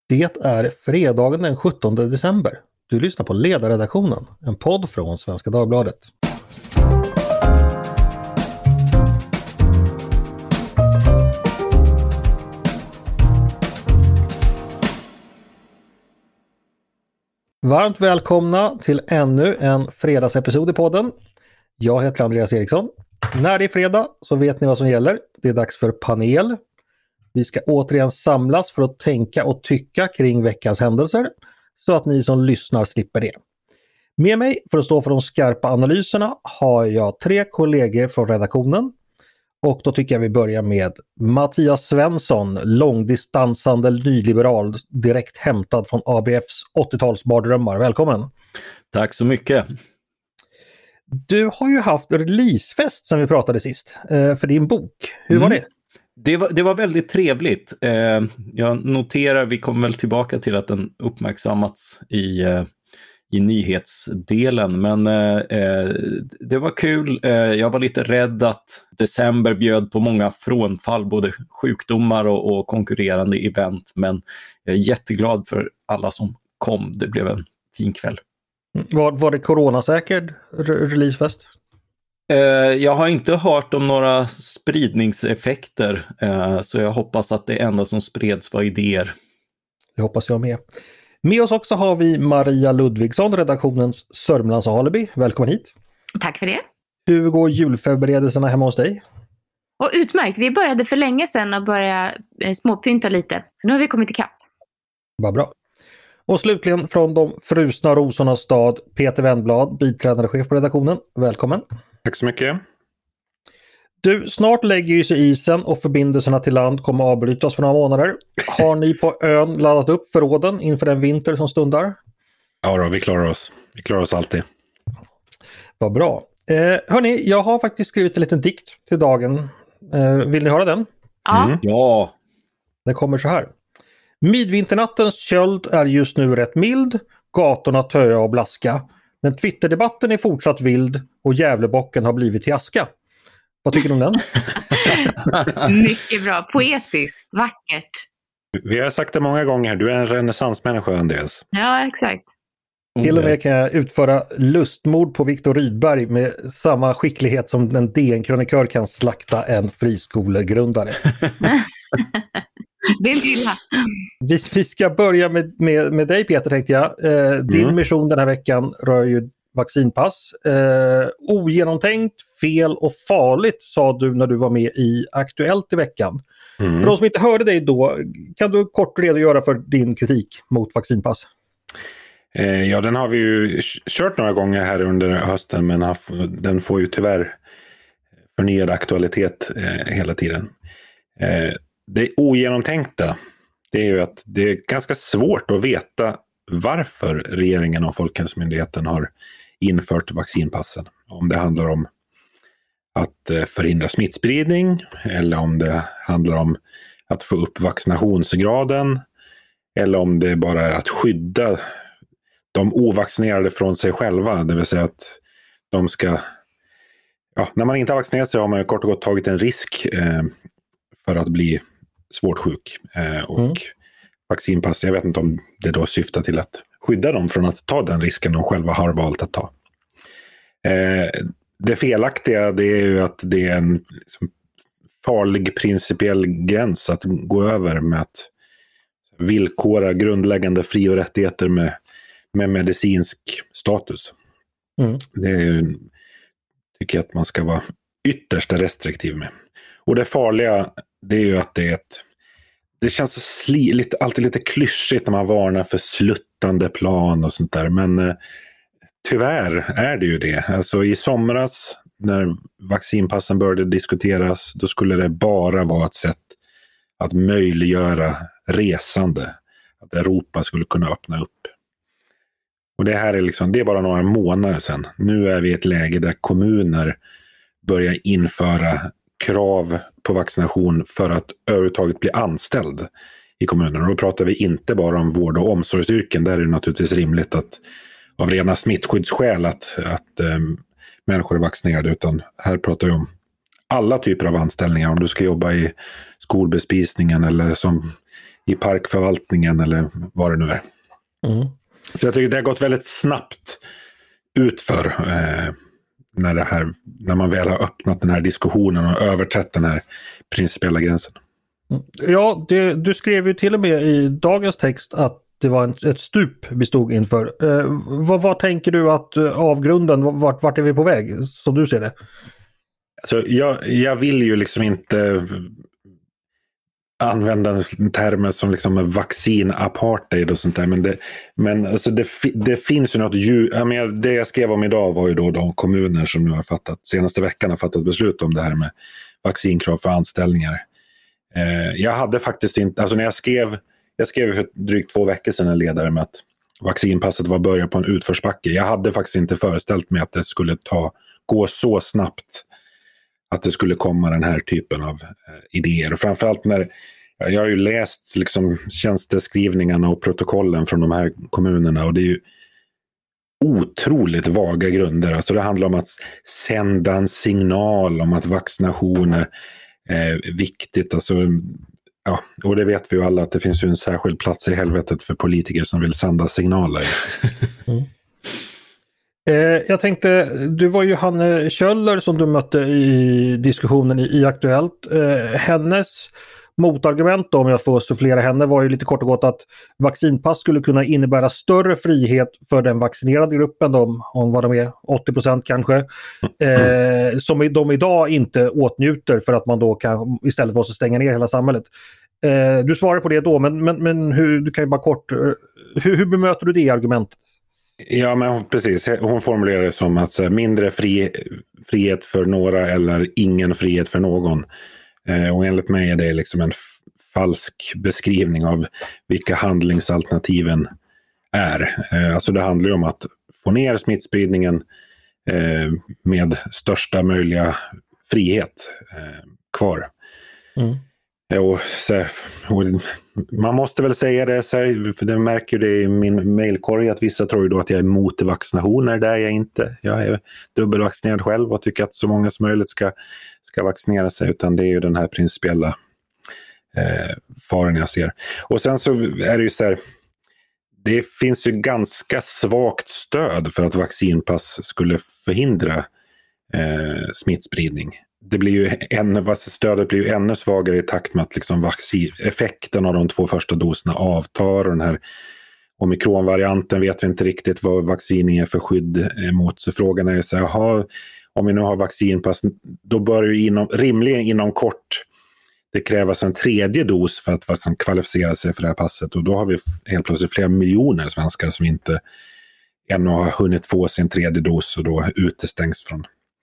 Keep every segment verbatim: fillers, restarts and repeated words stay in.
Det är fredagen den sjuttonde december. Du lyssnar på Ledarredaktionen, en podd från Svenska Dagbladet. Varmt välkomna till ännu en fredagsepisod i podden. Jag heter Andreas Eriksson. När det är fredag så vet ni vad som gäller. Det är dags för panel. Vi ska återigen samlas för att tänka och tycka kring veckans händelser så att ni som lyssnar slipper det. Med mig för att stå för de skarpa analyserna har jag tre kollegor från redaktionen. Och då tycker jag vi börjar med Mattias Svensson, långdistansande nyliberal, direkt hämtad från A B F:s åttiotalsbardrömmar. Välkommen! Tack så mycket! Du har ju haft releasefest som vi pratade sist eh, för din bok. Hur mm. var det? Det var, det var väldigt trevligt. Eh, jag noterar, vi kommer väl tillbaka till att den uppmärksammats i, eh, i nyhetsdelen. Men eh, det var kul. Eh, jag var lite rädd att december bjöd på många frånfall, både sjukdomar och, och konkurrerande event. Men jag är jätteglad för alla som kom. Det blev en fin kväll. Var, var det coronasäker releasefest? Jag har inte hört om några spridningseffekter, så jag hoppas att det enda som spreds var idéer. Det hoppas jag med. Med oss också har vi Maria Ludvigsson, redaktionens Sörmlands alibi. Välkommen hit. Tack för det. Hur går julförberedelserna hemma hos dig? Och utmärkt, vi började för länge sedan och började småpynta lite. Så nu har vi kommit ikapp. Vad bra. Och slutligen från de frusna rosornas stad, Peter Wennblad, biträdande chef på redaktionen. Välkommen. Tack så mycket. Du, snart lägger ju sig isen och förbindelserna till land kommer avbrytas för några månader. Har ni på ön laddat upp förråden inför den vinter som stundar? Ja då, vi klarar oss. Vi klarar oss alltid. Vad bra. Eh, hörni, jag har faktiskt skrivit en liten dikt till dagen. Eh, vill ni höra den? Ja. Mm. Ja. Den kommer så här. Midvinternattens köld är just nu rätt mild, gatorna töa och blaska. Men Twitterdebatten är fortsatt vild och Gävlebocken har blivit till aska. Vad tycker du om den? Mycket bra, poetiskt, vackert. Vi har sagt det många gånger, du är en renässansmänniska, Andreas. Ja, exakt. Till och med kan jag utföra lustmord på Viktor Rydberg med samma skicklighet som en D N-krönikör kan slakta en friskolegrundare. Det är inte illa. Vi, vi ska börja med, med, med dig Peter, tänkte jag. Eh, din mm. mission den här veckan rör ju vaccinpass. Eh, ogenomtänkt, fel och farligt sa du när du var med i Aktuellt i veckan. Mm. För de som inte hörde dig då, kan du kort redogöra för din kritik mot vaccinpass? Eh, ja, den har vi ju kört några gånger här under hösten, men har, den får ju tyvärr förnyad aktualitet eh, hela tiden. Eh, Det ogenomtänkta, det är ju att det är ganska svårt att veta varför regeringen och Folkhälsomyndigheten har infört vaccinpassen. Om det handlar om att förhindra smittspridning eller om det handlar om att få upp vaccinationsgraden eller om det bara är att skydda de ovaccinerade från sig själva. Det vill säga att de ska... Ja, när man inte har vaccinerat sig har man kort och gott tagit en risk eh, för att bli svårt sjuk. Eh, och mm. vaccinpass, jag vet inte om det då syftar till att skydda dem från att ta den risken de själva har valt att ta. Eh, det felaktiga, det är ju att det är en liksom, farlig principiell gräns att gå över med att villkora grundläggande fri- och rättigheter med, med medicinsk status. Mm. Det är ju, tycker jag att man ska vara ytterst restriktiv med. Och det farliga, det är ju att det är ett, det känns så sli, lite, alltid lite klyschigt när man varnar för sluttande plan och sånt där. Men eh, tyvärr är det ju det. Alltså i somras när vaccinpassen började diskuteras, då skulle det bara vara ett sätt att möjliggöra resande. Att Europa skulle kunna öppna upp. Och det här är liksom, det är bara några månader sedan. Nu är vi i ett läge där kommuner börjar införa krav på vaccination för att överhuvudtaget bli anställd i kommunen. Och då pratar vi inte bara om vård- och omsorgsyrken. Där är det naturligtvis rimligt att av rena smittskyddsskäl att, att ähm, människor är vaccinerade, utan här pratar vi om alla typer av anställningar. Om du ska jobba i skolbespisningen eller som i parkförvaltningen eller vad det nu är. Mm. Så jag tycker det har gått väldigt snabbt utför eh, när, det här, när man väl har öppnat den här diskussionen och överträtt den här principiella gränsen. Ja, det, du skrev ju till och med i dagens text att det var en, ett stup vi stod inför. Eh, vad, vad tänker du att uh, avgrunden, vart, vart är vi på väg som du ser det? Alltså, jag, jag vill ju liksom inte använda termer som liksom vaccinapartheid och sånt där, men, det, men alltså det, det finns ju något djur, jag menar, det jag skrev om idag var ju då de kommuner som nu har fattat, senaste veckan har fattat beslut om det här med vaccinkrav för anställningar. Eh, jag hade faktiskt inte, alltså när jag skrev jag skrev för drygt två veckor sedan en ledare med att vaccinpasset var börja på en utförsbacke. Jag hade faktiskt inte föreställt mig att det skulle ta, gå så snabbt att det skulle komma den här typen av eh, idéer. Och framförallt när jag har ju läst liksom tjänsteskrivningarna och protokollen från de här kommunerna, och det är ju otroligt vaga grunder. Alltså det handlar om att sända en signal om att vaccination är eh, viktigt. Alltså, ja, och det vet vi ju alla att det finns ju en särskild plats i helvetet för politiker som vill sända signaler. Mm. Eh, jag tänkte, du var ju Hanne Kjöller som du mötte i diskussionen i, i Aktuellt. Eh, hennes motargument, om jag får sufflera henne, var ju lite kort och gott att vaccinpass skulle kunna innebära större frihet för den vaccinerade gruppen, de, om vad de är, åttio procent kanske, eh, som de idag inte åtnjuter för att man då kan istället måste stänga ner hela samhället. Eh, du svarar på det då, men, men, men hur, du kan ju bara kort, hur, hur bemöter du det argumentet? Ja, men precis. Hon formulerar det som att så här, mindre fri, frihet för några eller ingen frihet för någon. Eh, och enligt mig är det liksom en f- falsk beskrivning av vilka handlingsalternativen är. Eh, alltså det handlar ju om att få ner smittspridningen eh, med största möjliga frihet eh, kvar. Mm. Och så, och man måste väl säga det så här, för det märker det i min mejlkorg att vissa tror ju då att jag är emot vaccinationer, där är jag inte. Jag är dubbelvaccinerad själv och tycker att så många som möjligt ska, ska vaccinera sig, utan det är ju den här principiella eh, faran jag ser. Och sen så är det ju så här, det finns ju ganska svagt stöd för att vaccinpass skulle förhindra eh, smittspridning. Det blir ju ännu, stödet blir ju ännu svagare i takt med att liksom vaccin, effekten av de två första doserna avtar, och den här omikronvarianten vet vi inte riktigt vad vaccin är för skydd emot. Så frågan är så här, aha, om vi nu har vaccinpass, då bör ju inom, rimligen inom kort det krävas en tredje dos för att liksom kvalificera sig för det här passet, och då har vi helt plötsligt flera miljoner svenskar som inte ännu har hunnit få sin tredje dos och då utestängs från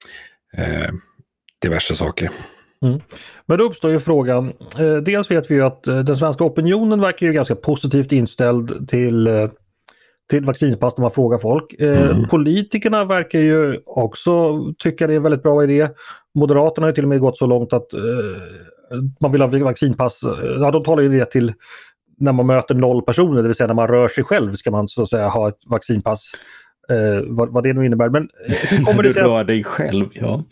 eh, diverse saker. Mm. Men då uppstår ju frågan, eh, dels vet vi ju att eh, den svenska opinionen verkar ju ganska positivt inställd till, eh, till vaccinpass när man frågar folk. Eh, mm. Politikerna verkar ju också tycka det är en väldigt bra idé. Moderaterna har ju till och med gått så långt att eh, man vill ha vaccinpass. Ja, de talar ju det till när man möter noll personer, det vill säga när man rör sig själv ska man så att säga ha ett vaccinpass. Eh, vad, vad det nu innebär. Men hur kommer det sig att... Du rör dig själv, ja.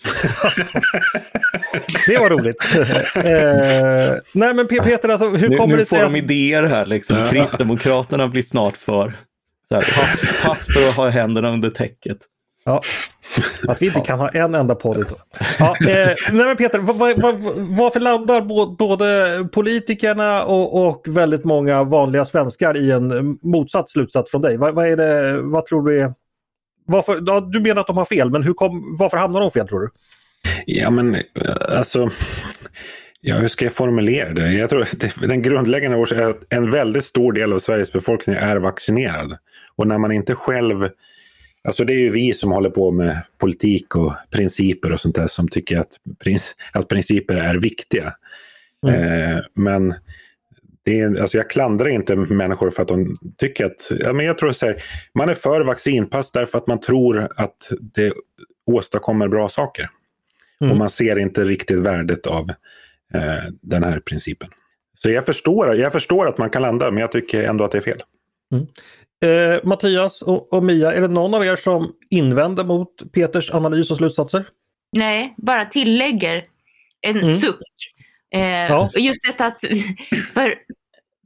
Det var roligt. eh, nej men Peter, alltså, hur nu, kommer nu det sig får att... de idéer här liksom. Kristdemokraterna blir snart för så här, pass, pass för att ha händerna under täcket. Ja, att vi inte kan ha en enda podd. Ja, eh, nej men Peter, vad, vad, varför landar både politikerna och, och väldigt många vanliga svenskar i en motsatt slutsats från dig? Vad, vad är det, vad tror du är... Varför, ja, du menar att de har fel, men hur kom, varför hamnar de fel tror du? Ja men alltså... Ja, hur ska jag formulera det? Jag tror att den grundläggande orsaken är att en väldigt stor del av Sveriges befolkning är vaccinerad. Och när man inte själv... Alltså det är ju vi som håller på med politik och principer och sånt där som tycker att, prins, att principer är viktiga. Mm. Eh, men det är, alltså jag klandrar inte människor för att de tycker att... Ja, men jag tror så här, man är för vaccinpass därför att man tror att det åstadkommer bra saker. Mm. Och man ser inte riktigt värdet av eh, den här principen. Så jag förstår, jag förstår att man kan landa, men jag tycker ändå att det är fel. Mm. Eh, Mattias och, och Mia, är det någon av er som invänder mot Peters analys och slutsatser? Nej, bara tillägger en mm. suck. Eh, ja. Och just detta att för,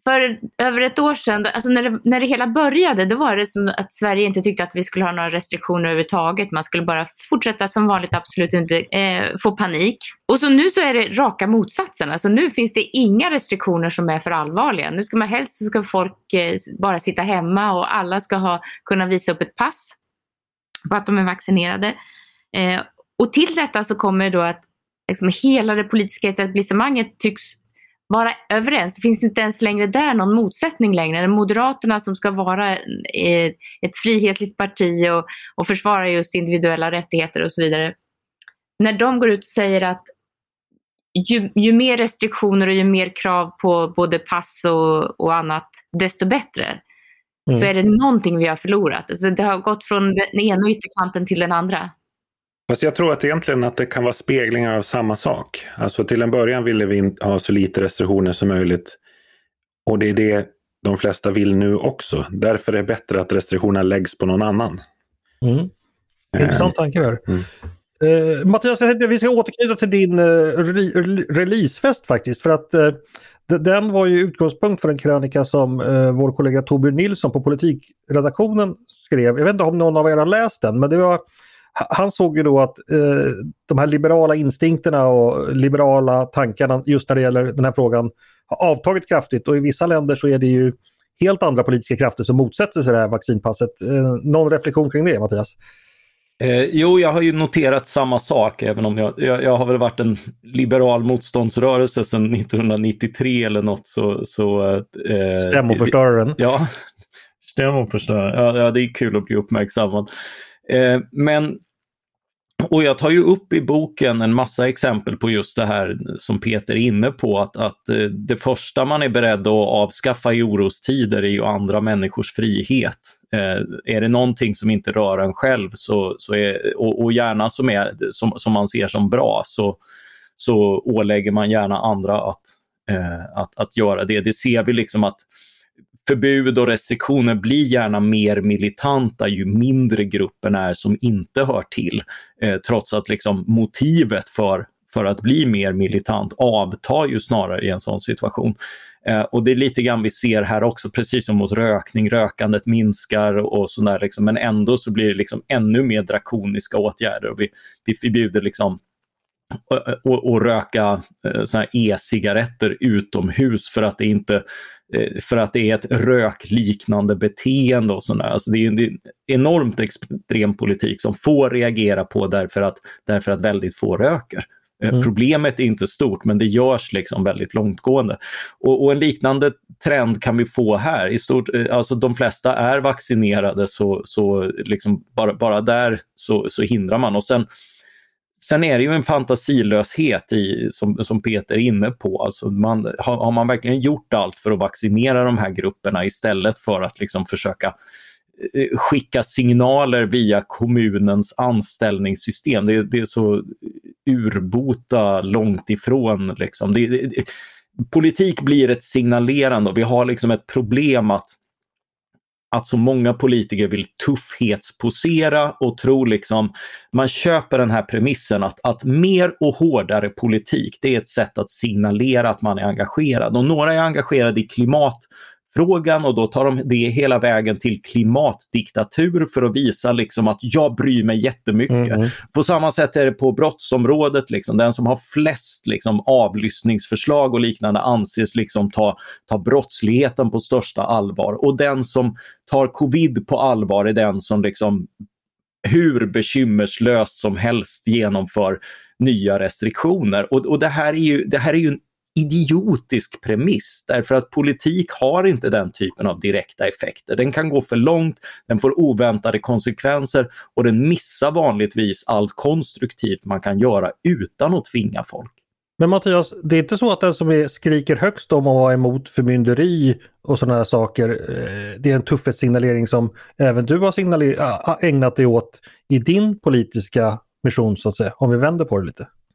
för över ett år sedan, alltså när det, när det hela började, då var det som att Sverige inte tyckte att vi skulle ha några restriktioner överhuvudtaget. Man skulle bara fortsätta som vanligt, absolut inte eh, få panik. Och så nu så är det raka motsatsen. Alltså nu finns det inga restriktioner som är för allvarliga. Nu ska man helst så ska folk eh, bara sitta hemma och alla ska ha, kunna visa upp ett pass på att de är vaccinerade. Eh, och till detta så kommer då att liksom, hela det politiska etablissemanget tycks vara överens. Det finns inte ens längre där någon motsättning längre. Moderaterna som ska vara eh, ett frihetligt parti och, och försvara just individuella rättigheter och så vidare. När de går ut och säger att ju, ju mer restriktioner och ju mer krav på både pass och, och annat, desto bättre. Mm. Så är det någonting vi har förlorat. Alltså det har gått från den ena ytterkanten till den andra. Fast jag tror att egentligen att det kan vara speglingar av samma sak. Alltså till en början ville vi ha så lite restriktioner som möjligt. Och det är det de flesta vill nu också. Därför är det bättre att restriktionerna läggs på någon annan. Mm. Intressant tanke där. Mm. Uh, Mattias, jag tänkte, vi ska återknyta till din uh, re- releasefest faktiskt. För att uh, d- den var ju utgångspunkt för en krönika som uh, vår kollega Torbjörn Nilsson på politikredaktionen skrev. Jag vet inte om någon av er har läst den, men det var... Han såg ju då att uh, de här liberala instinkterna och liberala tankarna just när det gäller den här frågan har avtagit kraftigt. Och i vissa länder så är det ju helt andra politiska krafter som motsätter sig det här vaccinpasset. Uh, någon reflektion kring det, Mattias? Eh, jo, jag har ju noterat samma sak, även om jag, jag, jag har väl varit en liberal motståndsrörelse sedan nittonhundranittiotre eller något. Så, så, eh, Stämmoförstöraren. Ja, stämmoförstöraren. Ja, ja, det är kul att bli uppmärksammad. Eh, men, och jag tar ju upp i boken en massa exempel på just det här som Peter är inne på, att, att eh, det första man är beredd att avskaffa i orostider är ju andra människors frihet. Eh, är det någonting som inte rör en själv så, så är, och, och gärna som, är, som, som man ser som bra så, så ålägger man gärna andra att, eh, att, att göra det. Det ser vi liksom att förbud och restriktioner blir gärna mer militanta ju mindre gruppen är som inte hör till. Eh, trots att liksom motivet för, för att bli mer militant avtar ju snarare i en sån situation. Eh, och det är lite grann vi ser här också, precis som mot rökning. Rökandet minskar och sådär liksom, men ändå så blir det liksom ännu mer drakoniska åtgärder. Och vi, vi förbjuder liksom och, och, och röka eh, såna här e-cigaretter utomhus för att det inte för att det är ett rökliknande beteende och sådär. Alltså det är en enormt extrem politik som får reagera på därför att, därför att väldigt få röker. Mm. Problemet är inte stort, men det görs liksom väldigt långtgående. Och, och en liknande trend kan vi få här. I stort, alltså de flesta är vaccinerade så, så liksom bara, bara där så, så hindrar man. Och sen Sen är det ju en fantasilöshet i, som, som Peter är inne på. Alltså man, har, har man verkligen gjort allt för att vaccinera de här grupperna istället för att liksom försöka eh, skicka signaler via kommunens anställningssystem? Det, det är så urbota långt ifrån. Liksom. Det, det, politik blir ett signalerande och vi har liksom ett problem att att så många politiker vill tuffhetsposera och tror liksom, man köper den här premissen att, att mer och hårdare politik, det är ett sätt att signalera att man är engagerad. Och några är engagerade i klimatfrågan och då tar de det hela vägen till klimatdiktatur för att visa liksom att jag bryr mig jättemycket. Mm. På samma sätt är det på brottsområdet, liksom, den som har flest liksom, avlyssningsförslag och liknande anses liksom ta, ta brottsligheten på största allvar. Och den som tar covid på allvar är den som liksom hur bekymmerslöst som helst genomför nya restriktioner. Och, och det här är ju, det här är ju en idiotisk premiss, därför att politik har inte den typen av direkta effekter. Den kan gå för långt, den får oväntade konsekvenser och den missar vanligtvis allt konstruktivt man kan göra utan att tvinga folk. Men Mattias, det är inte så att den som är, skriker högst om att vara emot förmynderi och sådana här saker, det är en tuffhetssignalering som även du har signaler- ägnat dig åt i din politiska mission så att säga, om vi vänder på det lite?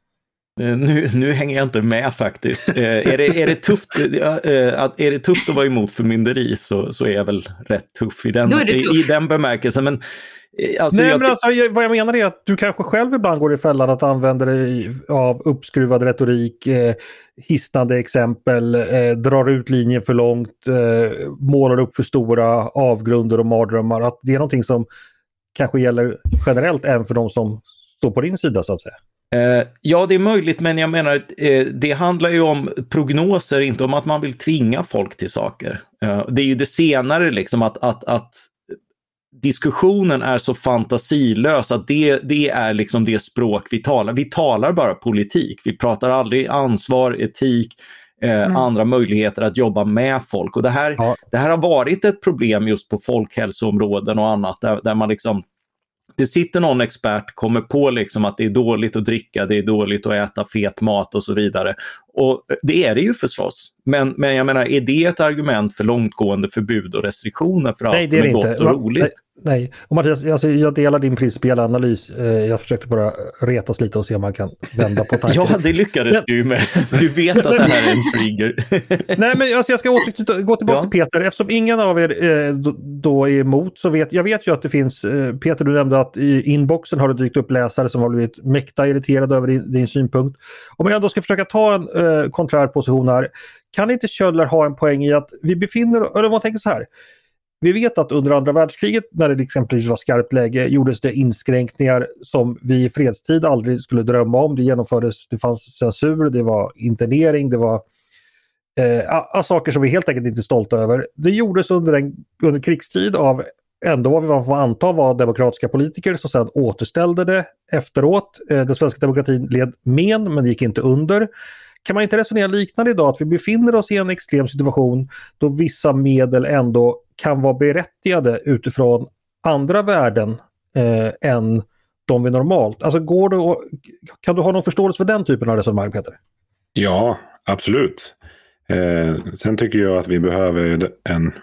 Nu, nu hänger jag inte med faktiskt. Eh, är, det, är, det tufft, eh, att, är det tufft att vara emot förmynderi så, så är jag väl rätt tuff i den, i, i den bemärkelsen. Men, eh, alltså, Nej, jag, men alltså, vad jag menar är att du kanske själv ibland går i fällan att använda dig av uppskruvad retorik, eh, hisnande exempel, eh, drar ut linjen för långt, eh, målar upp för stora avgrunder och mardrömmar. Att det är någonting som kanske gäller generellt även för de som står på din sida så att säga. Eh, ja, det är möjligt, men jag menar eh, det handlar ju om prognoser, inte om att man vill tvinga folk till saker. Eh, det är ju det senare liksom att, att, att diskussionen är så fantasilös att det, det är liksom det språk vi talar. Vi talar bara politik. Vi pratar aldrig ansvar, etik, eh, mm. andra möjligheter att jobba med folk. Och det här, ja. det här har varit ett problem just på folkhälsoområden och annat där, där man liksom det sitter någon expert, kommer på liksom att det är dåligt att dricka, det är dåligt att äta fet mat och så vidare. Och det är det ju förstås. Men, men jag menar, är det ett argument för långtgående förbud och restriktioner för allt nej, det är som är inte. gott och roligt? Nej, nej. Och Mattias, alltså, jag delar din principiella analys. Jag försökte bara retas lite och se om man kan vända på tanken. Ja, det lyckades men... du ju med. Du vet att det här är en trigger. Nej, men alltså, jag ska åter, gå tillbaka ja. till Peter. Eftersom ingen av er eh, då, då är emot så vet jag vet ju att det finns, eh, Peter du nämnde att i inboxen har det dykt upp läsare som har blivit mäkta irriterade över din, din synpunkt. Om jag då ska försöka ta en eh, konträr position här, kan inte Kjöller ha en poäng i att vi befinner, eller vad tänker så här, vi vet att under andra världskriget när det exempelvis var skarpt läge gjordes det inskränkningar som vi i fredstid aldrig skulle drömma om. Det genomfördes, det fanns censur, det var internering, det var eh, saker som vi helt enkelt inte är stolta över. Det gjordes under, en, under krigstid av ändå vad vi får anta var demokratiska politiker som sedan återställde det efteråt. Eh, den svenska demokratin led men, men det gick inte under. Kan man inte resonera liknande idag att vi befinner oss i en extrem situation då vissa medel ändå kan vara berättigade utifrån andra värden eh, än de vi normalt. Alltså går det att, kan du ha någon förståelse för den typen av resonemang, Peter? Ja, absolut. Eh, sen tycker jag att vi behöver en,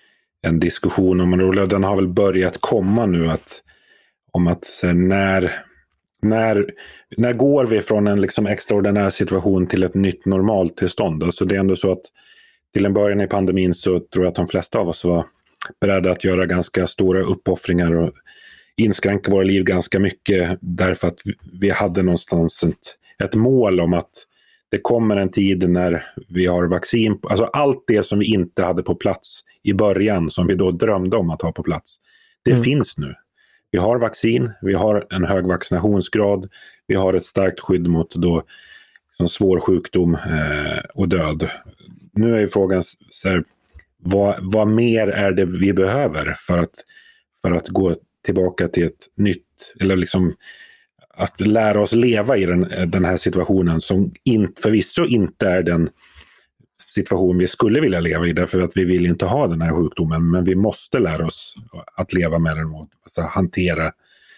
en diskussion om, och den har väl börjat komma nu, att, om att så när... När, när går vi från en liksom extraordinär situation till ett nytt normaltillstånd? Alltså det är ändå så att till en början i pandemin så tror jag att de flesta av oss var beredda att göra ganska stora uppoffringar och inskränka våra liv ganska mycket därför att vi hade någonstans ett, ett mål om att det kommer en tid när vi har vaccin. Alltså allt det som vi inte hade på plats i början som vi då drömde om att ha på plats, det mm. finns nu. Vi har vaccin, vi har en hög vaccinationsgrad, vi har ett starkt skydd mot då, som svår sjukdom eh, och död. Nu är ju frågan så här, vad, vad mer är det vi behöver för att, för att gå tillbaka till ett nytt, eller liksom att lära oss leva i den, den här situationen som in, förvisso inte är den situation vi skulle vilja leva i, därför att vi vill inte ha den här sjukdomen, men vi måste lära oss att leva med den och alltså, hantera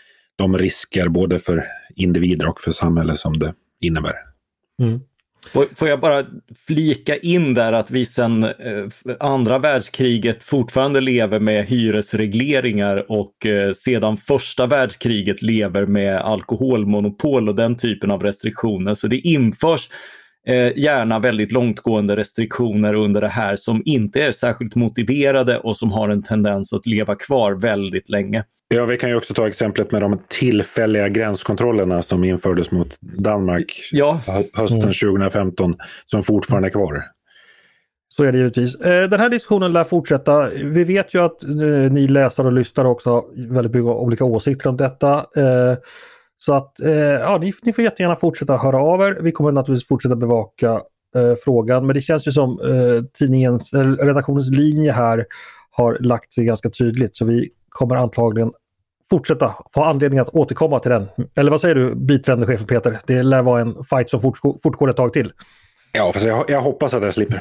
de risker både för individer och för samhället som det innebär. Mm. Får jag bara flika in där att vi sedan eh, andra världskriget fortfarande lever med hyresregleringar och eh, sedan första världskriget lever med alkoholmonopol och den typen av restriktioner. Så det införs Eh, gärna väldigt långtgående restriktioner under det här som inte är särskilt motiverade och som har en tendens att leva kvar väldigt länge. Ja, vi kan ju också ta exemplet med de tillfälliga gränskontrollerna som infördes mot Danmark ja. hösten mm. tjugo femton som fortfarande är kvar. Så är det givetvis. Den här diskussionen lär fortsätta. Vi vet ju att ni läsare och lyssnare också har väldigt mycket olika åsikter om detta. Så att eh, ja, ni, ni får jättegärna fortsätta höra av er. Vi kommer naturligtvis fortsätta bevaka eh, frågan. Men det känns ju som eh, tidningens, eh, redaktionens linje här har lagt sig ganska tydligt. Så vi kommer antagligen fortsätta få anledning att återkomma till den. Eller vad säger du, biträdande chefen Peter? Det lär vara en fight som fortgår, fortgår ett tag till. Ja, fast jag, jag hoppas att jag slipper.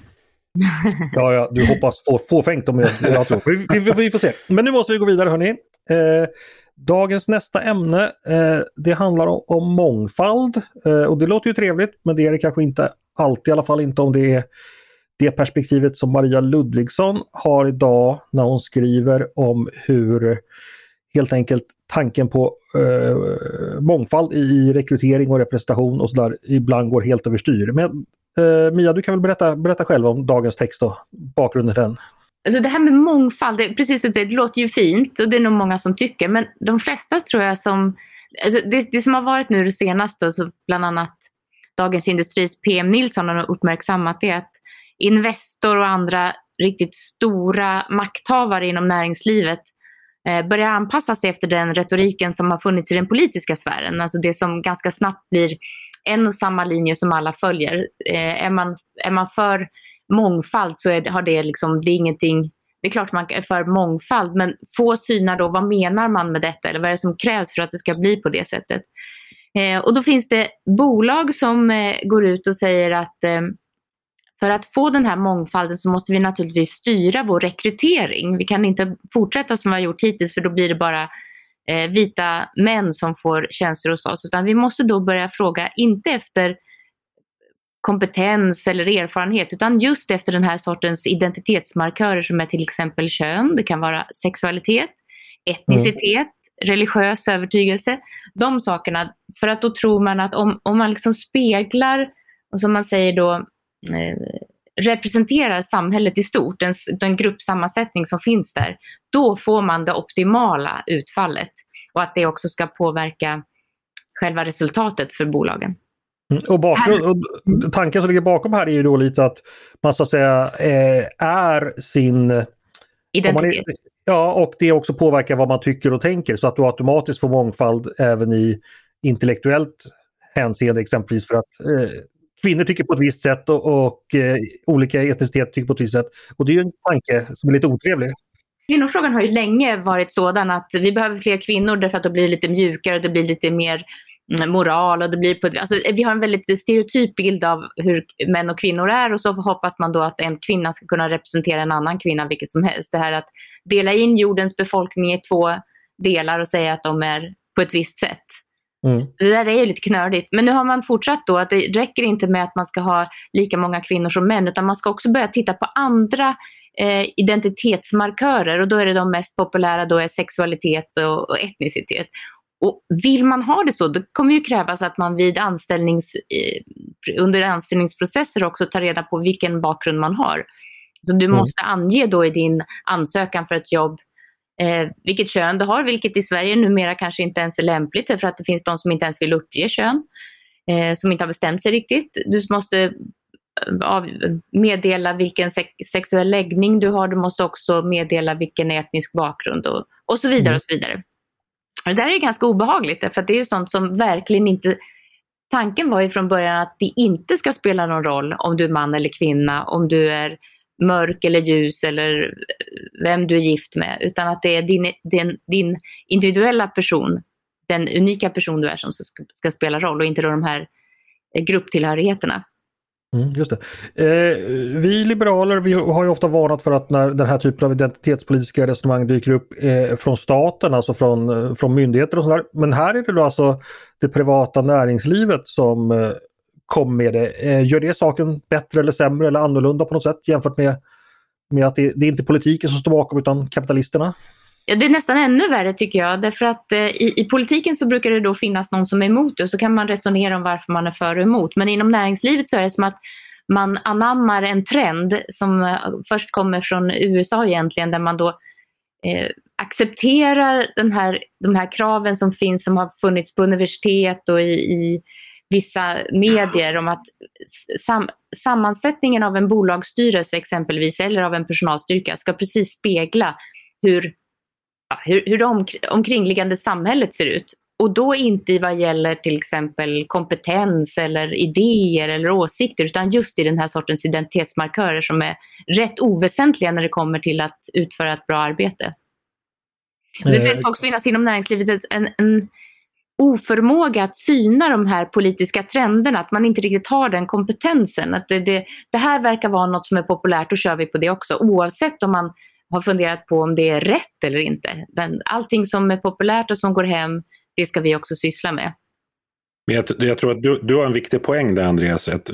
Ja, ja, du hoppas få, fåfängt om jag, jag tror. Vi, vi, vi får se. Men nu måste vi gå vidare, hörni. Eh, Dagens nästa ämne, eh, det handlar om, om mångfald eh, och det låter ju trevligt, men det är det kanske inte alltid, i alla fall inte om det är det perspektivet som Maria Ludvigsson har idag när hon skriver om hur helt enkelt tanken på eh, mångfald i rekrytering och representation och sådär ibland går helt överstyr. Men eh, Mia, du kan väl berätta, berätta själv om dagens text och bakgrunden till den. Alltså det här med mångfald, det, precis som det, det låter ju fint och det är nog många som tycker, men de flesta tror jag som, alltså det, det som har varit nu det senaste, så bland annat Dagens Industris P M Nilsson har uppmärksammat det, att Investor och andra riktigt stora makthavare inom näringslivet eh, börjar anpassa sig efter den retoriken som har funnits i den politiska sfären. Alltså det som ganska snabbt blir en och samma linje som alla följer. Eh, är, man, är man för mångfald så är, har det liksom, det är ingenting, det är klart man är för mångfald, men få synar då, vad menar man med detta eller vad är det som krävs för att det ska bli på det sättet. Eh, och då finns det bolag som eh, går ut och säger att eh, för att få den här mångfalden så måste vi naturligtvis styra vår rekrytering. Vi kan inte fortsätta som vi har gjort hittills, för då blir det bara eh, vita män som får tjänster hos oss, utan vi måste då börja fråga inte efter kompetens eller erfarenhet, utan just efter den här sortens identitetsmarkörer som är till exempel kön, det kan vara sexualitet, etnicitet, mm. religiös övertygelse, de sakerna. För att då tror man att om, om man liksom speglar, och som man säger då eh, representerar samhället i stort, den, den gruppsammansättning som finns där, då får man det optimala utfallet, och att det också ska påverka själva resultatet för bolagen. Och, bakgrund, och tanken som ligger bakom här är ju då lite att man så att säga eh, är sin identitet. Är, ja, och det också påverkar vad man tycker och tänker, så att du automatiskt får mångfald även i intellektuellt hänseende, exempelvis för att eh, kvinnor tycker på ett visst sätt och, och eh, olika etnicitet tycker på ett visst sätt. Och det är ju en tanke som är lite otrevlig. Kvinnofrågan har ju länge varit sådan att vi behöver fler kvinnor därför att det blir lite mjukare, det blir lite mer moral och det blir på, alltså vi har en väldigt stereotyp bild av hur män och kvinnor är, och så hoppas man då att en kvinna ska kunna representera en annan kvinna vilket som helst. Det här att dela in jordens befolkning i två delar och säga att de är på ett visst sätt. Mm. Det där är ju lite knördigt, men nu har man fortsatt då att det räcker inte med att man ska ha lika många kvinnor som män, utan man ska också börja titta på andra eh, identitetsmarkörer, och då är det de mest populära, då är sexualitet och, och etnicitet. Och vill man ha det så, då kommer ju krävas att man vid anställnings, under anställningsprocesser också tar reda på vilken bakgrund man har. Så du mm. måste ange då i din ansökan för ett jobb eh, vilket kön du har, vilket i Sverige numera kanske inte ens är lämpligt, för att det finns de som inte ens vill uppge kön, eh, som inte har bestämt sig riktigt. Du måste av, meddela vilken sex- sexuell läggning du har, du måste också meddela vilken etnisk bakgrund och, och så vidare mm. och så vidare. Det där är ganska obehagligt, för att det är ju sånt som verkligen inte... Tanken var ju från början att det inte ska spela någon roll om du är man eller kvinna, om du är mörk eller ljus eller vem du är gift med, utan att det är din, din, din individuella person, den unika person du är, som ska, ska spela roll, och inte då de här grupptillhörigheterna. Mm, just det. Eh, vi liberaler vi har ju ofta varnat för att när den här typen av identitetspolitiska resonemang dyker upp eh, från staten, alltså från, från myndigheter och sådär. Men här är det då alltså det privata näringslivet som eh, kom med det. Eh, gör det saken bättre eller sämre eller annorlunda på något sätt jämfört med, med att det, det är inte politiken som står bakom utan kapitalisterna? Ja, det är nästan ännu värre tycker jag, därför att eh, i, i politiken så brukar det då finnas någon som är emot det, och så kan man resonera om varför man är för och emot. Men inom näringslivet så är det som att man anammar en trend som eh, först kommer från U S A egentligen, där man då eh, accepterar den här, de här kraven som finns, som har funnits på universitet och i, i vissa medier, om att sam, sammansättningen av en bolagsstyrelse exempelvis, eller av en personalstyrka, ska precis spegla hur Hur, hur det om, omkringliggande samhället ser ut. Och då inte vad gäller till exempel kompetens eller idéer eller åsikter, utan just i den här sortens identitetsmarkörer som är rätt oväsentliga när det kommer till att utföra ett bra arbete. Det vill också finnas inom näringslivet en, en oförmåga att syna de här politiska trenderna, att man inte riktigt har den kompetensen. Att det, det, det här verkar vara något som är populärt, och kör vi på det också, oavsett om man har funderat på om det är rätt eller inte. Den, allting som är populärt och som går hem, det ska vi också syssla med. Men jag, jag tror att du, du har en viktig poäng där, Andreas, att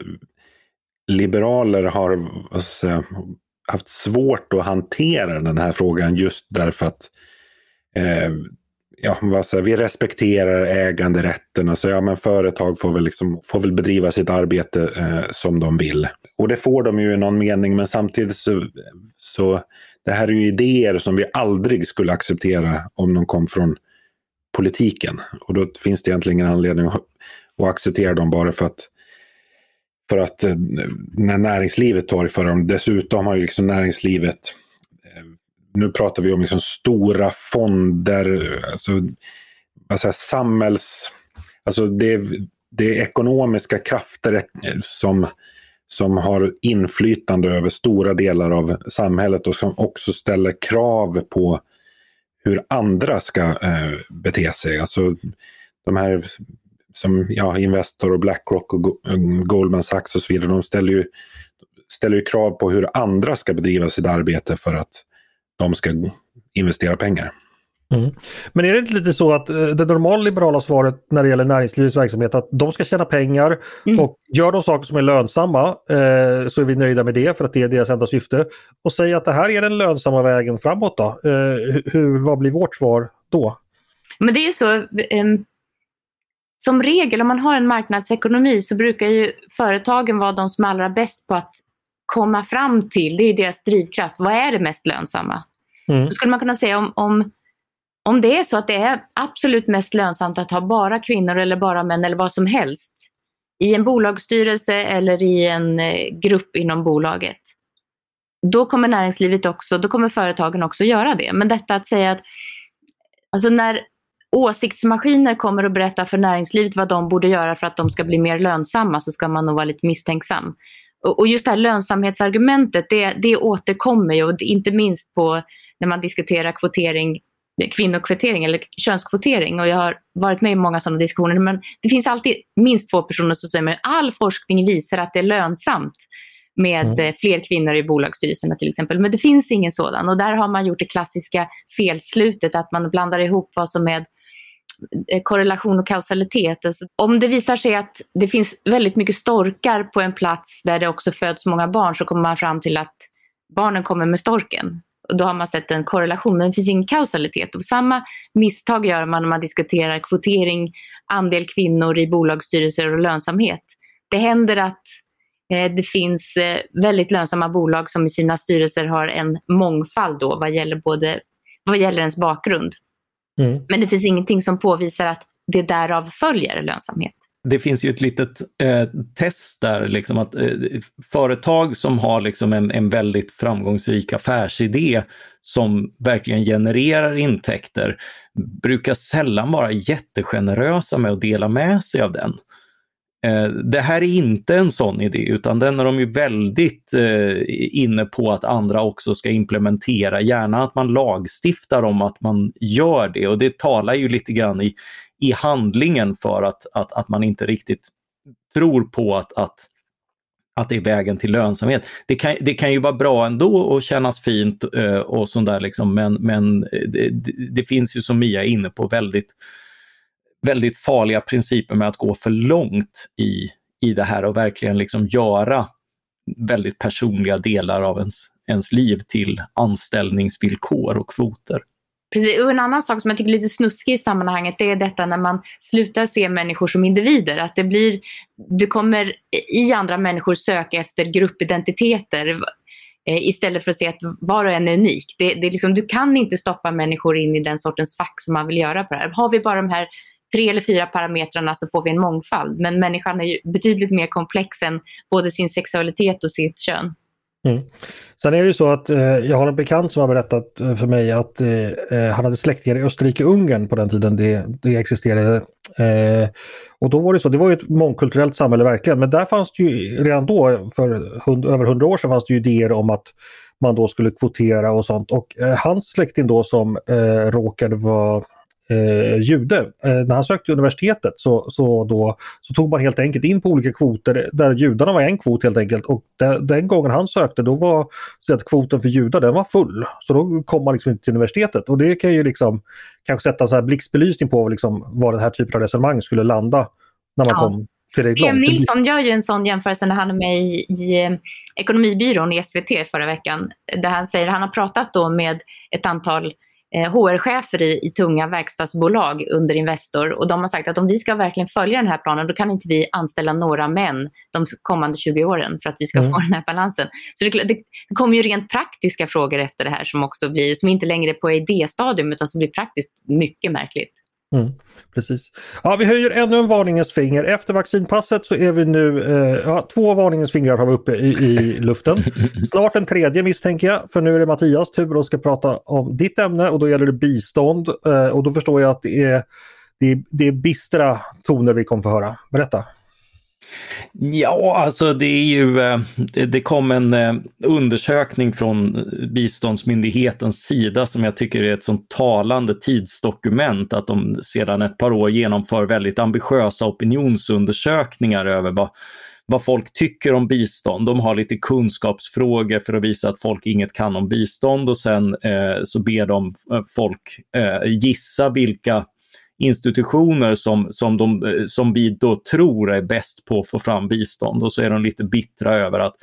liberaler har alltså, haft svårt att hantera den här frågan just därför att eh, ja, vad säger, vi respekterar äganderätten. Alltså, ja, men företag får väl, liksom, får väl bedriva sitt arbete eh, som de vill. Och det får de ju i någon mening, men samtidigt så, så det här är ju idéer som vi aldrig skulle acceptera om de kom från politiken. Och då finns det egentligen ingen anledning att, att acceptera dem bara för att för att eh, när näringslivet tar för dem. Dessutom har ju liksom näringslivet, eh, nu pratar vi om liksom stora fonder, alltså, alltså samhälls, alltså det, det är ekonomiska krafter som, som har inflytande över stora delar av samhället och som också ställer krav på hur andra ska eh, bete sig. Alltså de här som ja, Investor och BlackRock och Goldman Sachs och så vidare, de ställer ju, ställer ju krav på hur andra ska bedriva sitt arbete för att de ska investera pengar. Mm. Men är det inte lite så att det normala liberala svaret när det gäller näringslivets verksamhet att de ska tjäna pengar mm. och gör de saker som är lönsamma eh, så är vi nöjda med det för att det är deras enda syfte. Och säga att det här är den lönsamma vägen framåt då. Eh, hur, vad blir vårt svar då? Men det är så, eh, som regel om man har en marknadsekonomi så brukar ju företagen vara de som är allra bäst på att komma fram till, det är deras drivkraft, vad är det mest lönsamma? Mm. Då skulle man kunna säga om, om, om det är så att det är absolut mest lönsamt att ha bara kvinnor eller bara män eller vad som helst i en bolagsstyrelse eller i en grupp inom bolaget. Då kommer näringslivet också, då kommer företagen också göra det. Men detta att säga att alltså när åsiktsmaskiner kommer att berätta för näringslivet vad de borde göra för att de ska bli mer lönsamma så ska man nog vara lite misstänksam. Och just det här lönsamhetsargumentet, det, det återkommer ju, och inte minst på när man diskuterar kvotering, kvinnokvotering eller könskvotering. Och jag har varit med i många sådana diskussioner, men det finns alltid minst två personer som säger att all forskning visar att det är lönsamt med mm. fler kvinnor i bolagsstyrelserna till exempel. Men det finns ingen sådan, och där har man gjort det klassiska felslutet att man blandar ihop vad som är korrelation och kausalitet. Alltså, om det visar sig att det finns väldigt mycket storkar på en plats där det också föds många barn, så kommer man fram till att barnen kommer med storken. Och då har man sett en korrelation, men det finns ingen kausalitet. Och samma misstag gör man när man diskuterar kvotering, andel kvinnor i bolagsstyrelser och lönsamhet. Det händer att eh, det finns eh, väldigt lönsamma bolag som i sina styrelser har en mångfald då vad gäller både vad gäller ens bakgrund. Mm. Men det finns ingenting som påvisar att det därav följer lönsamhet. Det finns ju ett litet eh, test där, liksom att eh, företag som har liksom en, en väldigt framgångsrik affärsidé som verkligen genererar intäkter brukar sällan vara jättegenerösa med att dela med sig av den. Eh, det här är inte en sån idé, utan den är de ju väldigt eh, inne på att andra också ska implementera. Gärna att man lagstiftar om att man gör det, och det talar ju lite grann i i handlingen för att, att, att man inte riktigt tror på att, att, att det är vägen till lönsamhet. Det kan, det kan ju vara bra ändå och kännas fint uh, och sånt där liksom, men, men det, det finns ju, som Mia är inne på, väldigt, väldigt farliga principer med att gå för långt i, i det här och verkligen liksom göra väldigt personliga delar av ens, ens liv till anställningsvillkor och kvoter. Precis, och en annan sak som jag tycker är lite snuskig i sammanhanget, det är detta när man slutar se människor som individer. Att det blir, du kommer i andra människor söka efter gruppidentiteter eh, istället för att se att var och en är unik. Det, det är liksom, du kan inte stoppa människor in i den sortens fack som man vill göra på det här. Har vi bara de här tre eller fyra parametrarna så får vi en mångfald. Men människan är ju betydligt mer komplex än både sin sexualitet och sitt kön. Mm. Sen är det ju så att eh, jag har en bekant som har berättat eh, för mig att eh, han hade släktingar i Österrike-Ungern på den tiden det, det existerade. Eh, och då var det så, det var ju ett mångkulturellt samhälle verkligen, men där fanns det ju redan då, för hund, över hundra år sedan fanns det ju idéer om att man då skulle kvotera och sånt. Och eh, hans släkting då som eh, råkade vara Eh, jude. Eh, när han sökte universitetet så, så, då, så tog man helt enkelt in på olika kvoter där judarna var en kvot helt enkelt, och de, den gången han sökte då var så att kvoten för judar den var full, så då kom man liksom inte till universitetet, och det kan ju liksom kanske sätta så här blixtbelysning på liksom var den här typen av resonemang skulle landa när man ja. kom till det långt. Nilsson gör ju en sån jämförelse när han är med i, i ekonomibyrån i S V T förra veckan, där han säger att han har pratat då med ett antal H R-chefer i, i tunga verkstadsbolag under Investor, och de har sagt att om vi ska verkligen följa den här planen, då kan inte vi anställa några män de kommande tjugo åren för att vi ska mm. få den här balansen. Så det, det kommer ju rent praktiska frågor efter det här som också blir, som inte längre är på idéstadium utan som blir praktiskt mycket märkligt. Mm, precis. Ja, vi höjer ännu en varningens finger. Efter vaccinpasset så är vi nu, eh, ja, två varningens fingrar har vi uppe i, i luften. Snart en tredje misstänker jag, för nu är det Mattias tur och ska prata om ditt ämne och då gäller det bistånd. Eh, och då förstår jag att det är, det är, det är bistra toner vi kommer få höra. Berätta. Ja, alltså det är ju, det kom en undersökning från biståndsmyndighetens sida som jag tycker är ett sånt talande tidsdokument, att de sedan ett par år genomför väldigt ambitiösa opinionsundersökningar över vad, vad folk tycker om bistånd. De har lite kunskapsfrågor för att visa att folk inget kan om bistånd, och sen eh, så ber de folk eh, gissa vilka institutioner som, som, de, som vi då tror är bäst på att få fram bistånd, och så är de lite bittra över att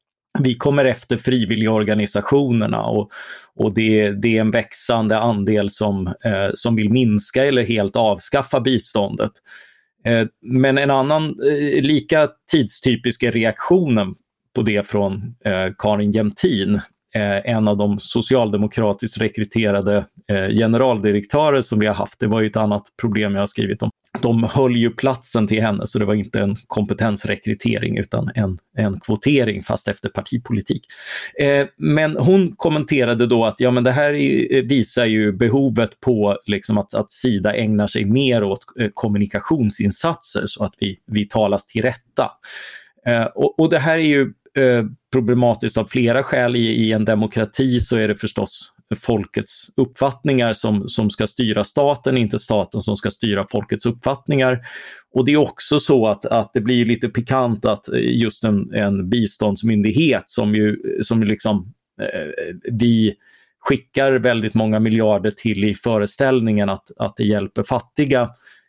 vi kommer efter frivilligorganisationerna och, och det, det är en växande andel som, eh, som vill minska eller helt avskaffa biståndet. Eh, men en annan eh, lika tidstypisk reaktionen på det från eh, Karin Jämtin, Eh, en av de socialdemokratiskt rekryterade eh, generaldirektörer som vi har haft. Det var ju ett annat problem jag har skrivit om. De höll ju platsen till henne, så det var inte en kompetensrekrytering utan en, en kvotering, fast efter partipolitik. Eh, men hon kommenterade då att ja, men det här är, visar ju behovet på liksom att, att Sida ägnar sig mer åt eh, kommunikationsinsatser så att vi, vi talas till rätta. Eh, och, och det här är ju problematiskt av flera skäl. I, i en demokrati så är det förstås folkets uppfattningar som, som ska styra staten, inte staten som ska styra folkets uppfattningar. Och det är också så att, att det blir lite pikant att just en, en biståndsmyndighet som ju som liksom eh, vi skickar väldigt många miljarder till i föreställningen att, att det hjälper fattiga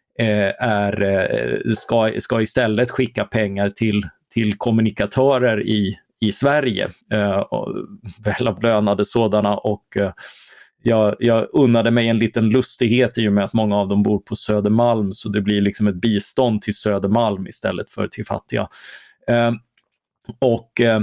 eh, är, eh, ska, ska istället skicka pengar till till kommunikatörer i, i Sverige, eh, välavlönade sådana, och eh, jag, jag unnade mig en liten lustighet i och med att många av dem bor på Södermalm, så det blir liksom ett bistånd till Södermalm istället för till fattiga. Eh, och eh,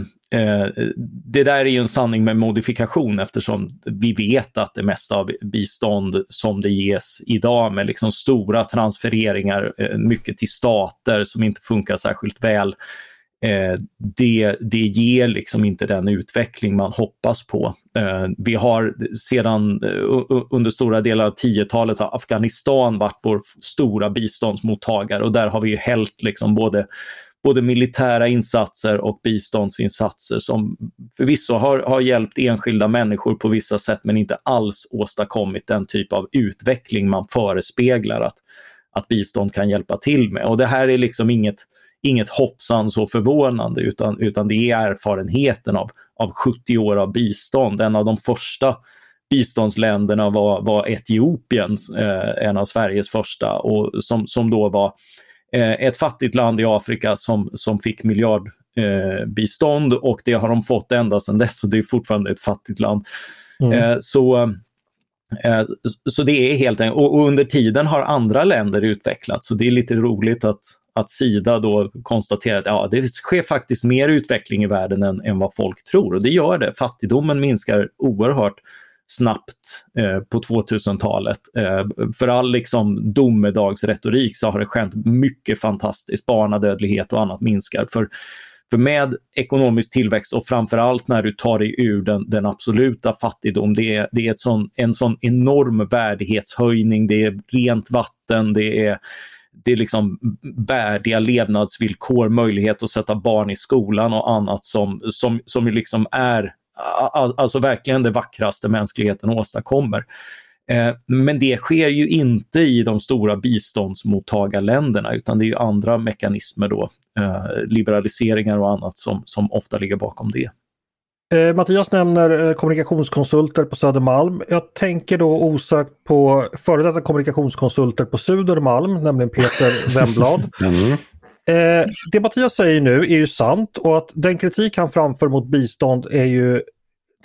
det där är ju en sanning med modifikation, eftersom vi vet att det mesta av bistånd som det ges idag med liksom stora transfereringar, eh, mycket till stater som inte funkar särskilt väl, Eh, det, det ger liksom inte den utveckling man hoppas på. Eh, vi har sedan uh, under stora delar av tiotalet har Afghanistan varit vår stora biståndsmottagare, och där har vi ju hällt liksom både, både militära insatser och biståndsinsatser som förvisso har, har hjälpt enskilda människor på vissa sätt, men inte alls åstadkommit den typ av utveckling man förespeglar att, att bistånd kan hjälpa till med. Och det här är liksom inget Inget hoppsan så förvånande, utan, utan det är erfarenheten av, av sjuttio år av bistånd. En av de första biståndsländerna var, var Etiopien, eh, en av Sveriges första, och som, som då var eh, ett fattigt land i Afrika som, som fick miljardbistånd, eh, och det har de fått ända sedan dess, och det är fortfarande ett fattigt land. Mm. Eh, så... Så det är helt enkelt, och under tiden har andra länder utvecklats, så det är lite roligt att, att Sida då konstaterar att ja, det sker faktiskt mer utveckling i världen än, än vad folk tror, och det gör det. Fattigdomen minskar oerhört snabbt eh, på tvåtusentalet. Eh, för all liksom domedagsretorik så har det skett mycket fantastiskt. Barnadödlighet och annat minskar. För För med ekonomisk tillväxt, och framförallt när du tar dig ur den, den absoluta fattigdom, det är, det är ett sån, en sån enorm värdighetshöjning, det är rent vatten, det är, det är liksom värdiga levnadsvillkor, möjlighet att sätta barn i skolan och annat som, som, som liksom är alltså verkligen det vackraste mänskligheten åstadkommer. Men det sker ju inte i de stora biståndsmottagarländerna, utan det är ju andra mekanismer då, liberaliseringar och annat som, som ofta ligger bakom det. Eh, Mattias nämner eh, kommunikationskonsulter på Södermalm. Jag tänker då osökt på före detta kommunikationskonsulter på Södermalm, nämligen Peter Wemblad. Mm. Eh, det Mattias säger nu är ju sant, och att den kritik han framför mot bistånd är ju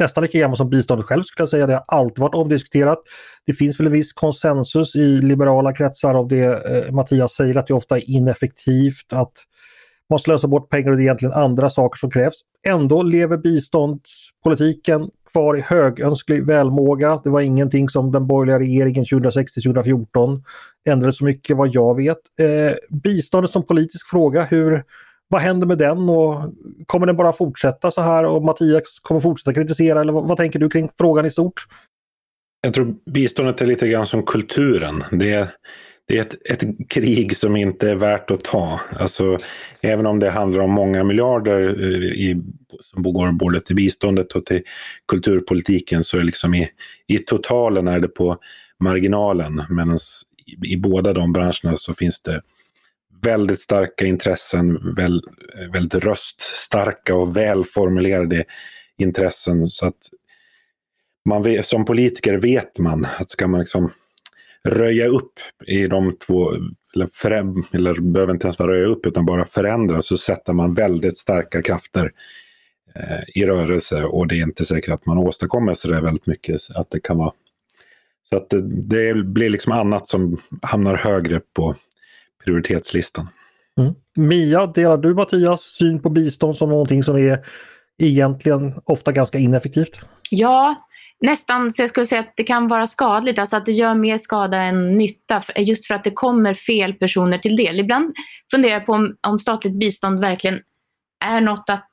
nästan lika gammalt som biståndet själv skulle jag säga. Det har alltid varit omdiskuterat. Det finns väl en viss konsensus i liberala kretsar av det eh, Mattias säger, att det ofta är ineffektivt, att man slösar bort pengar och det är egentligen andra saker som krävs. Ändå lever biståndspolitiken kvar i högönsklig välmåga. Det var ingenting som den borgerliga regeringen tjugohundrasex till tjugofjorton ändrade så mycket vad jag vet. Eh, biståndet som politisk fråga, hur, vad händer med den och kommer den bara fortsätta så här och Mattias kommer fortsätta kritisera, eller vad, vad tänker du kring frågan i stort? Jag tror biståndet är lite grann som kulturen. Det är, det är ett, ett krig som inte är värt att ta. Alltså, även om det handlar om många miljarder i, som går både till biståndet och till kulturpolitiken, så är liksom i, i totalen är det på marginalen. Medan i, i båda de branscherna så finns det väldigt starka intressen, väl, väldigt röststarka och välformulerade intressen, så att man vet, som politiker vet man att ska man liksom röja upp i de två, eller, föräm, eller behöver inte ens vara röja upp utan bara förändra, så sätter man väldigt starka krafter eh, i rörelse, och det är inte säkert att man åstadkommer så där väldigt mycket, att det kan vara så att det, det blir liksom annat som hamnar högre på prioritetslistan. Mm. Mia, delar du Mattias syn på bistånd som någonting som är egentligen ofta ganska ineffektivt? Ja, nästan så jag skulle säga att det kan vara skadligt, alltså att det gör mer skada än nytta, just för att det kommer fel personer till del. Ibland funderar jag på om, om statligt bistånd verkligen är något att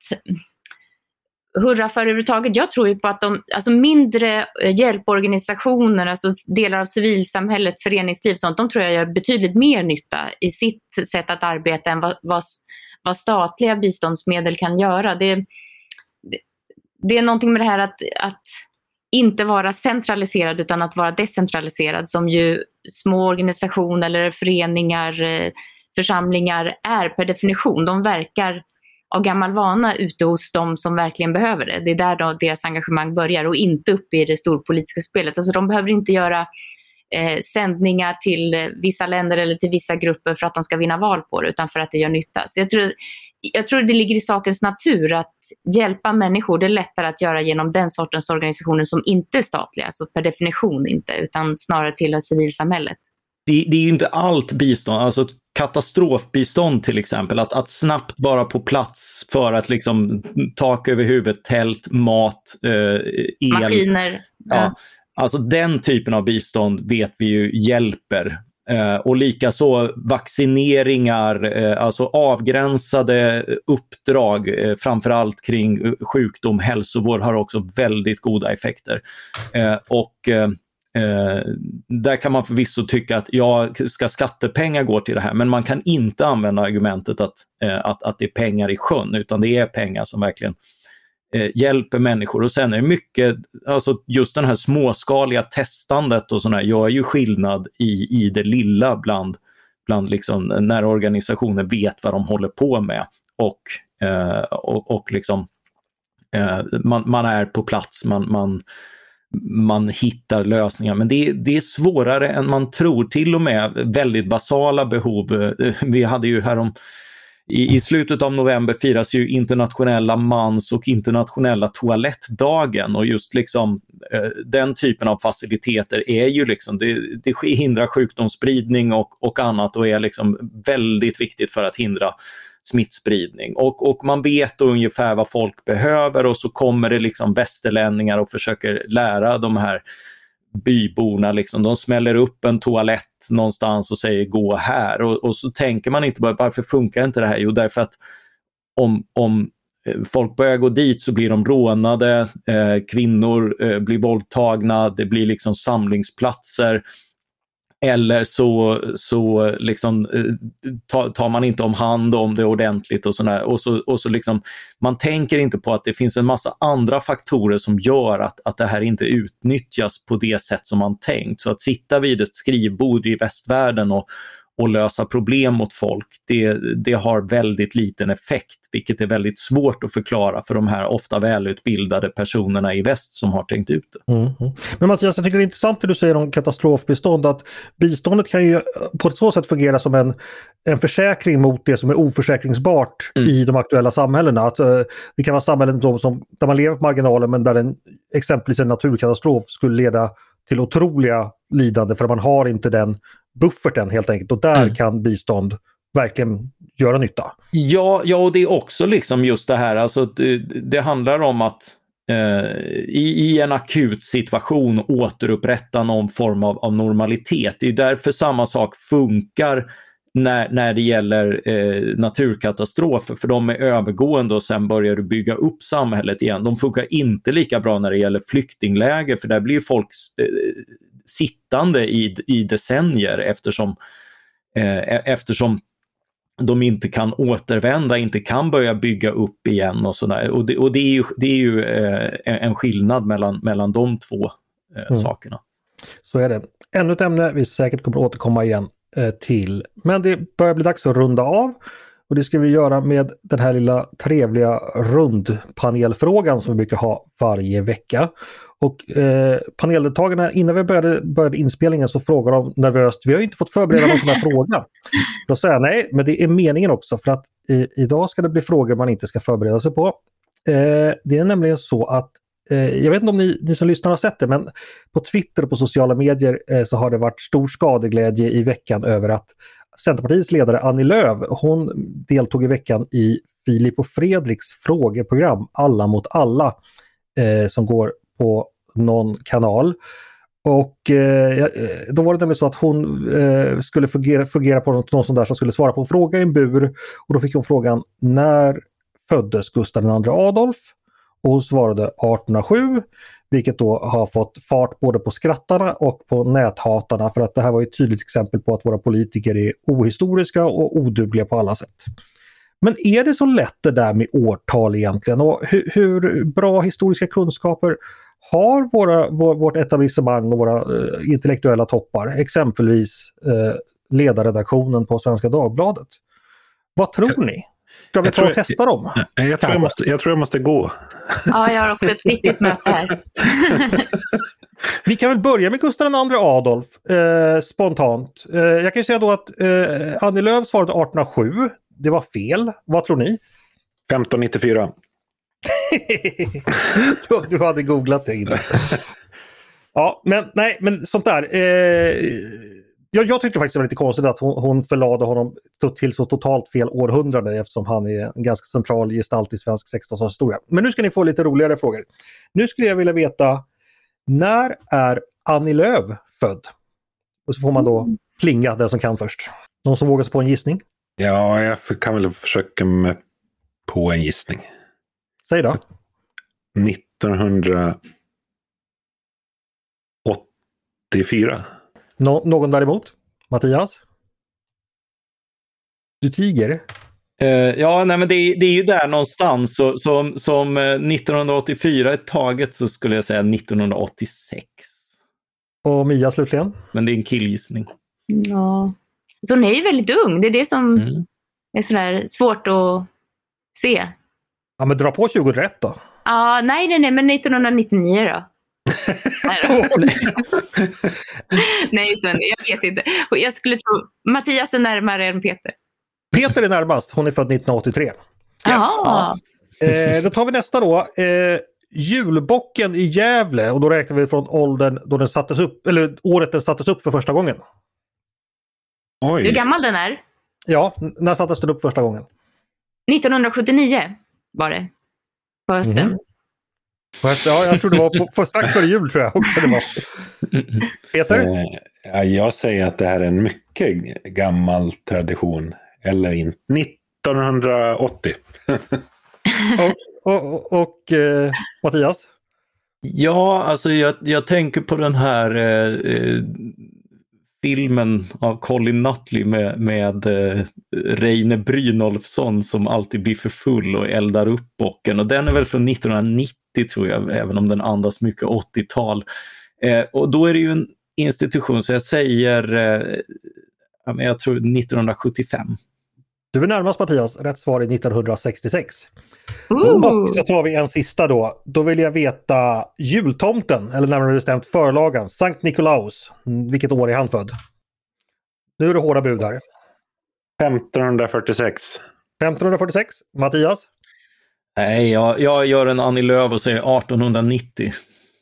hurra för överhuvudtaget. Jag tror ju på att de, alltså mindre hjälporganisationer, alltså delar av civilsamhället, föreningsliv, sånt, de tror jag gör betydligt mer nytta i sitt sätt att arbeta än vad, vad, vad statliga biståndsmedel kan göra. Det, det, det är någonting med det här att, att inte vara centraliserad utan att vara decentraliserad, som ju små organisationer eller föreningar, församlingar är per definition. De verkar av gammal vana ute hos de som verkligen behöver det. Det är där då deras engagemang börjar, och inte uppe i det storpolitiska spelet. Alltså de behöver inte göra eh, sändningar till vissa länder eller till vissa grupper för att de ska vinna val på det, utan för att det gör nytta. Så jag tror, jag tror det ligger i sakens natur att hjälpa människor, det är lättare att göra genom den sortens organisationer som inte är statliga, alltså per definition inte, utan snarare tillhör civilsamhället. Det, det är ju inte allt bistånd, alltså katastrofbistånd till exempel, att, att snabbt bara på plats för att liksom tak över huvudet, tält, mat, eh, el. Maskiner. Ja, alltså den typen av bistånd vet vi ju hjälper. Eh, och likaså vaccineringar, eh, alltså avgränsade uppdrag, eh, framförallt kring sjukdom, hälsovård har också väldigt goda effekter. Eh, och eh, Eh, där kan man förvisso tycka att ja, ska skattepengar gå till det här, men man kan inte använda argumentet att, eh, att, att det är pengar i sjön, utan det är pengar som verkligen eh, hjälper människor. Och sen är det mycket, alltså just den här småskaliga testandet och sådär gör ju skillnad i, i det lilla bland, bland liksom när organisationer vet vad de håller på med, och, eh, och, och liksom eh, man, man är på plats, man, man man hittar lösningar, men det, det är svårare än man tror, till och med väldigt basala behov. Vi hade ju härom i, i slutet av november firas ju internationella mans- och internationella toalettdagen, och just liksom eh, den typen av faciliteter är ju liksom, det, det hindrar sjukdomsspridning och, och annat, och är liksom väldigt viktigt för att hindra smittspridning, och, och man vet ungefär vad folk behöver, och så kommer det liksom västerlänningar och försöker lära de här byborna, liksom, de smäller upp en toalett någonstans och säger gå här, och, och så tänker man inte bara varför funkar inte det här? Jo, därför att om, om folk börjar gå dit så blir de rånade, eh, kvinnor eh, blir våldtagna, det blir liksom samlingsplatser. Eller så, så liksom, tar, tar man inte om hand om det ordentligt och sådär. Och så, och så liksom, man tänker inte på att det finns en massa andra faktorer som gör att, att det här inte utnyttjas på det sätt som man tänkt. Så att sitta vid ett skrivbord i västvärlden och, och lösa problem åt folk, det, det har väldigt liten effekt, vilket är väldigt svårt att förklara för de här ofta välutbildade personerna i väst som har tänkt ut det. Mm, mm. Men Mattias, jag tycker det är intressant det du säger om katastrofbistånd, att biståndet kan ju på ett så sätt fungera som en, en försäkring mot det som är oförsäkringsbart mm. i de aktuella samhällena. Att, uh, det kan vara samhällen de som, där man lever på marginalen, men där en, exempelvis en naturkatastrof skulle leda till otroliga lidande för man har inte den bufferten helt enkelt, och där mm. kan bistånd verkligen göra nytta. Ja, ja, och det är också liksom just det här, alltså det, det handlar om att eh, i, i en akut situation återupprätta någon form av, av normalitet. Det är därför samma sak funkar när, när det gäller eh, naturkatastrofer, för de är övergående och sen börjar du bygga upp samhället igen. De funkar inte lika bra när det gäller flyktingläger, för där blir folk eh, sittande i, i decennier eftersom, eh, eftersom de inte kan återvända, inte kan börja bygga upp igen och sådär. Och det, och det är ju, det är ju eh, en skillnad mellan, mellan de två eh, mm. sakerna. Så är det. Ännu ett ämne vi säkert kommer att återkomma igen eh, till. Men det börjar bli dags att runda av. Och det ska vi göra med den här lilla trevliga rundpanelfrågan som vi brukar ha varje vecka. Och eh, paneldeltagarna, innan vi började, började inspelningen så frågar de nervöst, vi har ju inte fått förbereda någon sån här fråga. Då säger jag nej, men det är meningen också, för att eh, idag ska det bli frågor man inte ska förbereda sig på. Eh, det är nämligen så att, eh, jag vet inte om ni, ni som lyssnar har sett det, men på Twitter och på sociala medier eh, så har det varit stor skadeglädje i veckan över att Centerpartiets ledare Annie Lööf, hon deltog i veckan i Filip och Fredriks frågeprogram Alla mot alla eh, som går på någon kanal. Och eh, då var det nämligen så att hon eh, skulle fungera, fungera på något, någon sån där som skulle svara på en fråga i en bur. Och då fick hon frågan, när föddes Gustav den andre Adolf? Och hon svarade artonhundrasju, vilket då har fått fart både på skrattarna och på näthatarna, för att det här var ett tydligt exempel på att våra politiker är ohistoriska och odugliga på alla sätt. Men är det så lätt det där med årtal egentligen? Och hur, hur bra historiska kunskaper har våra, vår, vårt etablissemang och våra eh, intellektuella toppar? Exempelvis eh, ledarredaktionen på Svenska Dagbladet. Vad tror jag, ni? Ska vi ta och testa dem? Jag, jag, tror jag, måste, jag tror jag måste gå. Ja, jag har också ett viktigt möte här. Vi kan väl börja med Gustav den andre Adolf eh, spontant. Eh, jag kan ju säga då att eh, Annie Lööf svarade artonhundrasju. Det var fel. Vad tror ni? femton nittiofyra. du, du hade googlat det innan. Ja, men nej, men sånt där. Eh, jag, jag tyckte faktiskt det var lite konstigt att hon, hon förlade honom till så totalt fel århundrade, eftersom han är en ganska central gestalt i svensk sextonhundratalshistoria. Men nu ska ni få lite roligare frågor. Nu skulle jag vilja veta, när är Annie Lööf född? Och så får man då plinga den som kan först. Någon som vågar sig på en gissning? Ja, jag kan väl försöka med på en gissning. Säg då. nittonhundraåttiofyra. Nå- någon däremot? Mattias? Du tiger? Uh, ja, nej, men det, det är ju där någonstans. Så, som, som uh, nittonhundraåttiofyra ett taget så skulle jag säga nittonhundraåttiosex. Och Mia slutligen? Men det är en killgissning. Ja. Så hon är ju väldigt ung. Det är det som mm. är sådär svårt att se. Ja, men dra på tjugohundraett då. Ja, nej, nej, nej, men nittonhundranittionio då. Nej, sen, jag vet inte. Jag skulle tro Mattias är närmare än Peter. Peter är närmast. Hon är född nittonhundraåttiotre. Yes. Jaha. Eh, då tar vi nästa då. Eh, julbocken i Gävle. Och då räknar vi från åldern då den sattes upp, eller året den sattes upp för första gången. Oj. Hur gammal den är? Ja, när sattes den upp första gången? nittonhundrasjuttionio var det. På hösten. Mm. Ja, jag tror det var på, för strax före jul tror jag också det var. Peter? Eh, jag säger att det här är en mycket gammal tradition. Eller inte. nittonhundraåttio. och och, och, och eh, Mattias? Ja, alltså jag, jag tänker på den här eh, filmen av Colin Nutley med, med eh, Reine Brynolfsson som alltid blir för full och eldar upp bocken. Och den är väl från nittonhundranittio tror jag, även om den andas mycket åttiotal. Eh, och då är det ju en institution, så jag säger eh, ja, men jag tror nittonhundrasjuttiofem. Du är närmast Mattias, rätt svar är nittonhundrasextiosex. Ooh. Och så tar vi en sista då. Då vill jag veta jultomten, eller närmare bestämt förlagan, Sankt Nikolaus. Vilket år är han född? Nu är det hårda bud här. femtonhundrafyrtiosex. femtonhundrafyrtiosex. Mattias? Nej, jag, jag gör en Annie Lööf och säger artonhundranittio.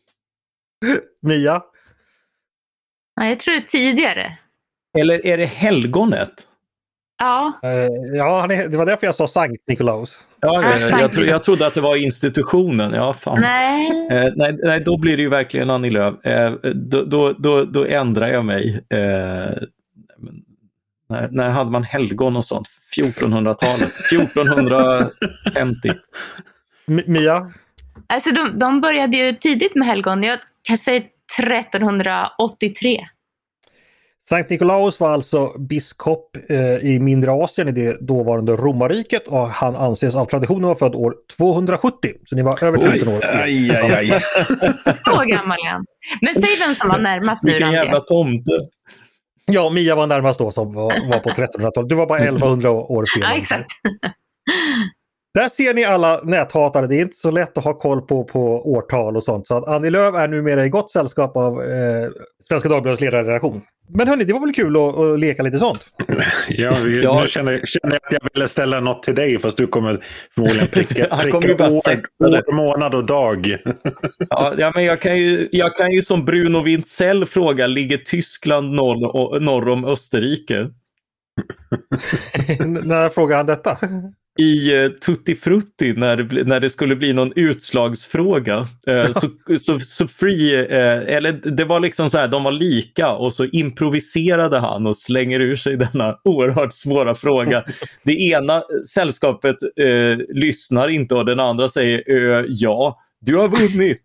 Mia? Nej, jag tror det är tidigare. Eller är det helgonet? Ja. Uh, ja, han är, det var därför jag sa Sankt Nikolaus. Ja, jag, jag, tro, jag trodde att det var institutionen. Ja, fan. Nej. Eh, nej, nej, då blir det ju verkligen Annie Lööf. Eh, då, då, då, då ändrar jag mig. Eh, när, när hade man helgon och sånt? fjortonhundratalet. fjortonhundrafemtio. M- Mia? Alltså de, de började ju tidigt med helgon. Jag kan säga trettonhundraåttiotre. Sankt Nikolaus var alltså biskop eh, i mindre Asien i det dåvarande romarriket och han anses av traditionen vara född år tvåhundrasjuttio. Så ni var över tusen år. Aj, aj, aj. Så gammal är han. Men säg vem som var närmast nu. Vilken jävla tomte. Ja, Mia var närmast då som var, var på trettonhundratalet. Du var bara elvahundra år fel. Ja, exakt. Där ser ni alla näthatare. Det är inte så lätt att ha koll på, på årtal och sånt. Så att Annie Lööf är numera i gott sällskap av eh, Svenska Dagbladets ledarredaktion. Men hörni, det var väl kul att, att leka lite sånt. Ja, vi, Ja. nu känner, känner jag att jag ville ställa något till dig fast du kommer förmodligen pricka, Han kommer ju pricka bara år, sätta det. år, månad och dag. Ja, ja, men jag kan, ju, jag kan ju som Bruno Wintzell fråga, ligger Tyskland norr, och, norr om Österrike? När frågar han detta? I uh, Tutti Frutti när det, bli- när det skulle bli någon utslagsfråga uh, så, så, så free, uh, eller det var liksom så här, de var lika och så improviserade han och slänger ur sig denna oerhört svåra fråga. Det ena sällskapet uh, lyssnar inte och den andra säger uh, ja, du har vunnit.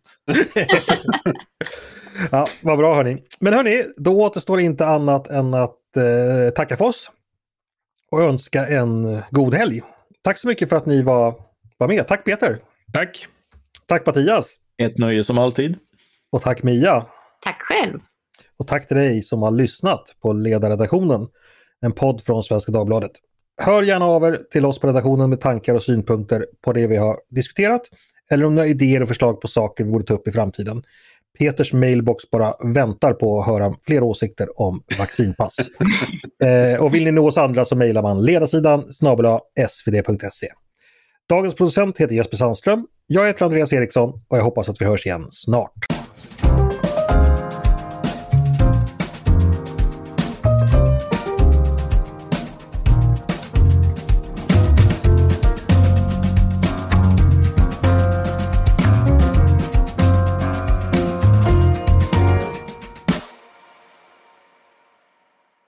Ja, vad bra hörni. Men hörni, då återstår inte annat än att eh, tacka för oss och önska en god helg. Tack så mycket för att ni var, var med. Tack Peter. Tack. Tack Mattias. Ett nöje som alltid. Och tack Mia. Tack själv. Och tack till dig som har lyssnat på Ledarredaktionen. En podd från Svenska Dagbladet. Hör gärna av er till oss på redaktionen med tankar och synpunkter på det vi har diskuterat. Eller om ni har idéer och förslag på saker vi borde ta upp i framtiden. Peters mailbox bara väntar på att höra fler åsikter om vaccinpass. eh, och vill ni nå oss andra så mejlar man ledarsidan snabel-a s v d punkt se. Dagens producent heter Jesper Sandström. Jag heter Andreas Eriksson och jag hoppas att vi hörs igen snart.